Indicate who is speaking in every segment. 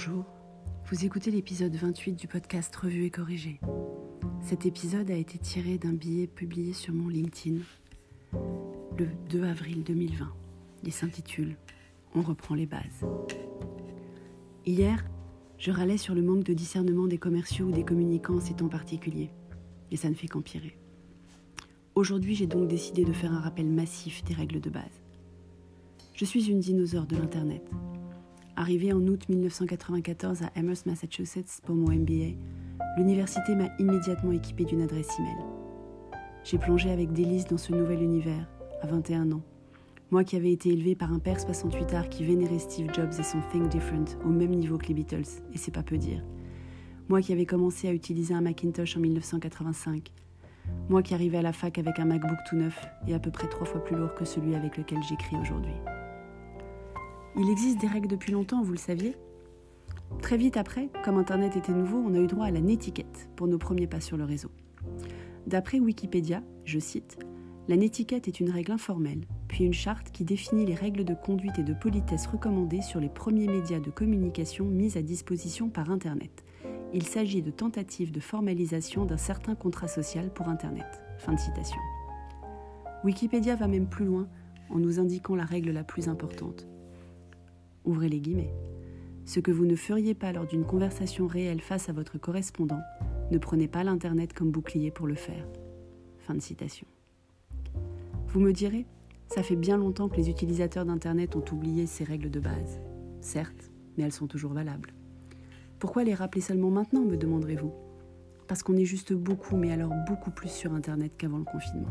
Speaker 1: Bonjour, vous écoutez l'épisode 28 du podcast Revu et Corrigé. Cet épisode a été tiré d'un billet publié sur mon LinkedIn le 2 avril 2020. Il s'intitule « On reprend les bases ». Hier, je râlais sur le manque de discernement des commerciaux ou des communicants en ces temps particuliers, et ça ne fait qu'empirer. Aujourd'hui, j'ai donc décidé de faire un rappel massif des règles de base. Je suis une dinosaure de l'Internet. Arrivée en août 1994 à Amherst, Massachusetts pour mon MBA, l'université m'a immédiatement équipée d'une adresse email. J'ai plongé avec délice dans ce nouvel univers, à 21 ans. Moi qui avais été élevée par un père 68ard qui vénérait Steve Jobs et son Think Different au même niveau que les Beatles, et c'est pas peu dire. Moi qui avais commencé à utiliser un Macintosh en 1985. Moi qui arrivais à la fac avec un MacBook tout neuf et à peu près 3 fois plus lourd que celui avec lequel j'écris aujourd'hui. Il existe des règles depuis longtemps, vous le saviez ? Très vite après, comme Internet était nouveau, on a eu droit à la netiquette pour nos premiers pas sur le réseau. D'après Wikipédia, je cite, « La netiquette est une règle informelle, puis une charte qui définit les règles de conduite et de politesse recommandées sur les premiers médias de communication mis à disposition par Internet. Il s'agit de tentatives de formalisation d'un certain contrat social pour Internet. » Fin de citation. Wikipédia va même plus loin en nous indiquant la règle la plus importante. Ouvrez les guillemets. Ce que vous ne feriez pas lors d'une conversation réelle face à votre correspondant, ne prenez pas l'Internet comme bouclier pour le faire. Fin de citation. Vous me direz, ça fait bien longtemps que les utilisateurs d'Internet ont oublié ces règles de base. Certes, mais elles sont toujours valables. Pourquoi les rappeler seulement maintenant, me demanderez-vous ? Parce qu'on est juste beaucoup, mais alors beaucoup plus sur Internet qu'avant le confinement.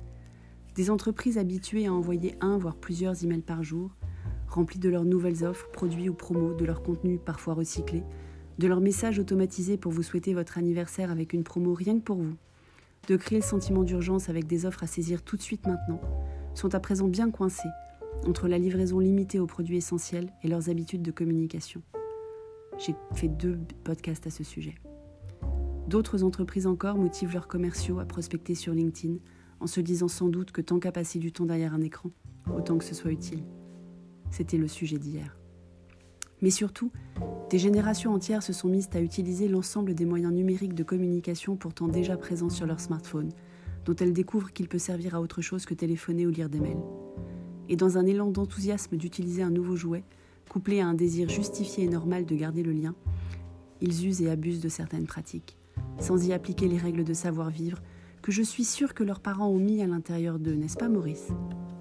Speaker 1: Des entreprises habituées à envoyer un, voire plusieurs emails par jour, remplis de leurs nouvelles offres, produits ou promos, de leur contenu parfois recyclé, de leurs messages automatisés pour vous souhaiter votre anniversaire avec une promo rien que pour vous, de créer le sentiment d'urgence avec des offres à saisir tout de suite maintenant, sont à présent bien coincés entre la livraison limitée aux produits essentiels et leurs habitudes de communication. J'ai fait 2 podcasts à ce sujet. D'autres entreprises encore motivent leurs commerciaux à prospecter sur LinkedIn en se disant sans doute que tant qu'à passer du temps derrière un écran, autant que ce soit utile. C'était le sujet d'hier. Mais surtout, des générations entières se sont mises à utiliser l'ensemble des moyens numériques de communication pourtant déjà présents sur leur smartphone, dont elles découvrent qu'il peut servir à autre chose que téléphoner ou lire des mails. Et dans un élan d'enthousiasme d'utiliser un nouveau jouet, couplé à un désir justifié et normal de garder le lien, ils usent et abusent de certaines pratiques, sans y appliquer les règles de savoir-vivre que je suis sûre que leurs parents ont mis à l'intérieur d'eux, n'est-ce pas Maurice ?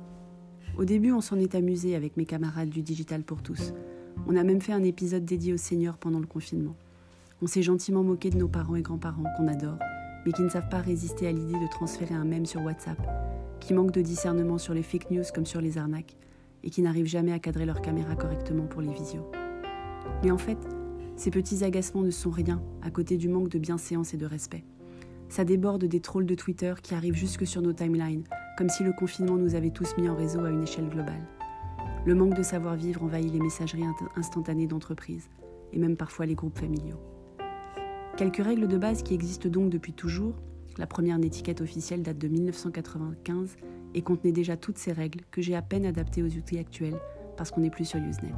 Speaker 1: Au début, on s'en est amusé avec mes camarades du Digital pour tous. On a même fait un épisode dédié aux seniors pendant le confinement. On s'est gentiment moqué de nos parents et grands-parents qu'on adore, mais qui ne savent pas résister à l'idée de transférer un mème sur WhatsApp, qui manquent de discernement sur les fake news comme sur les arnaques, et qui n'arrivent jamais à cadrer leur caméra correctement pour les visios. Mais en fait, ces petits agacements ne sont rien à côté du manque de bienséance et de respect. Ça déborde des trolls de Twitter qui arrivent jusque sur nos timelines, comme si le confinement nous avait tous mis en réseau à une échelle globale. Le manque de savoir-vivre envahit les messageries instantanées d'entreprises, et même parfois les groupes familiaux. Quelques règles de base qui existent donc depuis toujours. La première netiquette officielle date de 1995 et contenait déjà toutes ces règles que j'ai à peine adaptées aux outils actuels parce qu'on n'est plus sur Usenet.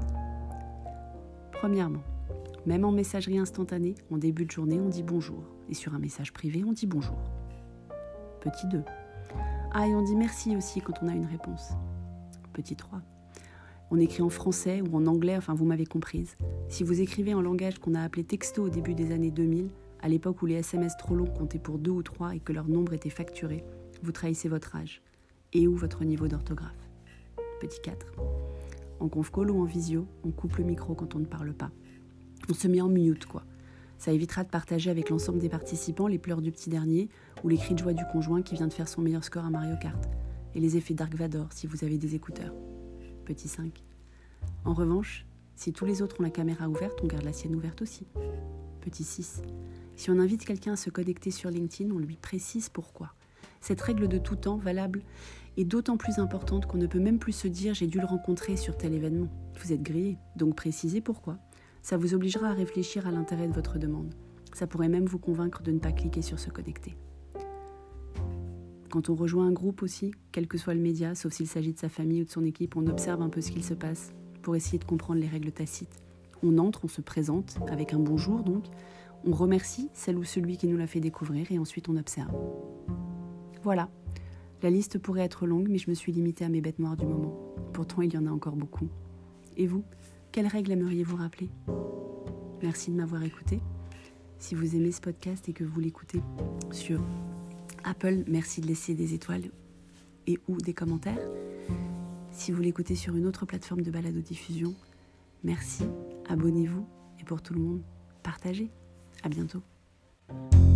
Speaker 1: Premièrement, même en messagerie instantanée, en début de journée, on dit bonjour. Et sur un message privé, on dit bonjour. Petit 2. Ah, et on dit merci aussi quand on a une réponse. Petit 3. On écrit en français ou en anglais, enfin vous m'avez comprise. Si vous écrivez en langage qu'on a appelé texto au début des années 2000, à l'époque où les SMS trop longs comptaient pour 2 ou 3 et que leur nombre était facturé, vous trahissez votre âge. Et ou votre niveau d'orthographe. Petit 4. En conf call ou en visio, on coupe le micro quand on ne parle pas. On se met en mute, quoi. Ça évitera de partager avec l'ensemble des participants les pleurs du petit dernier ou les cris de joie du conjoint qui vient de faire son meilleur score à Mario Kart et les effets Dark Vador si vous avez des écouteurs. Petit 5. En revanche, si tous les autres ont la caméra ouverte, on garde la sienne ouverte aussi. Petit 6. Si on invite quelqu'un à se connecter sur LinkedIn, on lui précise pourquoi. Cette règle de tout temps, valable, est d'autant plus importante qu'on ne peut même plus se dire « j'ai dû le rencontrer sur tel événement ». Vous êtes grillé, donc précisez pourquoi. Ça vous obligera à réfléchir à l'intérêt de votre demande. Ça pourrait même vous convaincre de ne pas cliquer sur « se connecter ». Quand on rejoint un groupe aussi, quel que soit le média, sauf s'il s'agit de sa famille ou de son équipe, on observe un peu ce qu'il se passe pour essayer de comprendre les règles tacites On entre, on se présente avec un bonjour donc, on remercie celle ou celui qui nous l'a fait découvrir et ensuite on observe. Voilà, la liste pourrait être longue mais je me suis limitée à mes bêtes noires du moment. Pourtant il y en a encore beaucoup. Et vous, quelles règles aimeriez-vous rappeler ? Merci de m'avoir écouté. Si vous aimez ce podcast et que vous l'écoutez sur Apple, merci de laisser des étoiles et ou des commentaires. Si vous l'écoutez sur une autre plateforme de balado-diffusion, merci, abonnez-vous et pour tout le monde, partagez. À bientôt.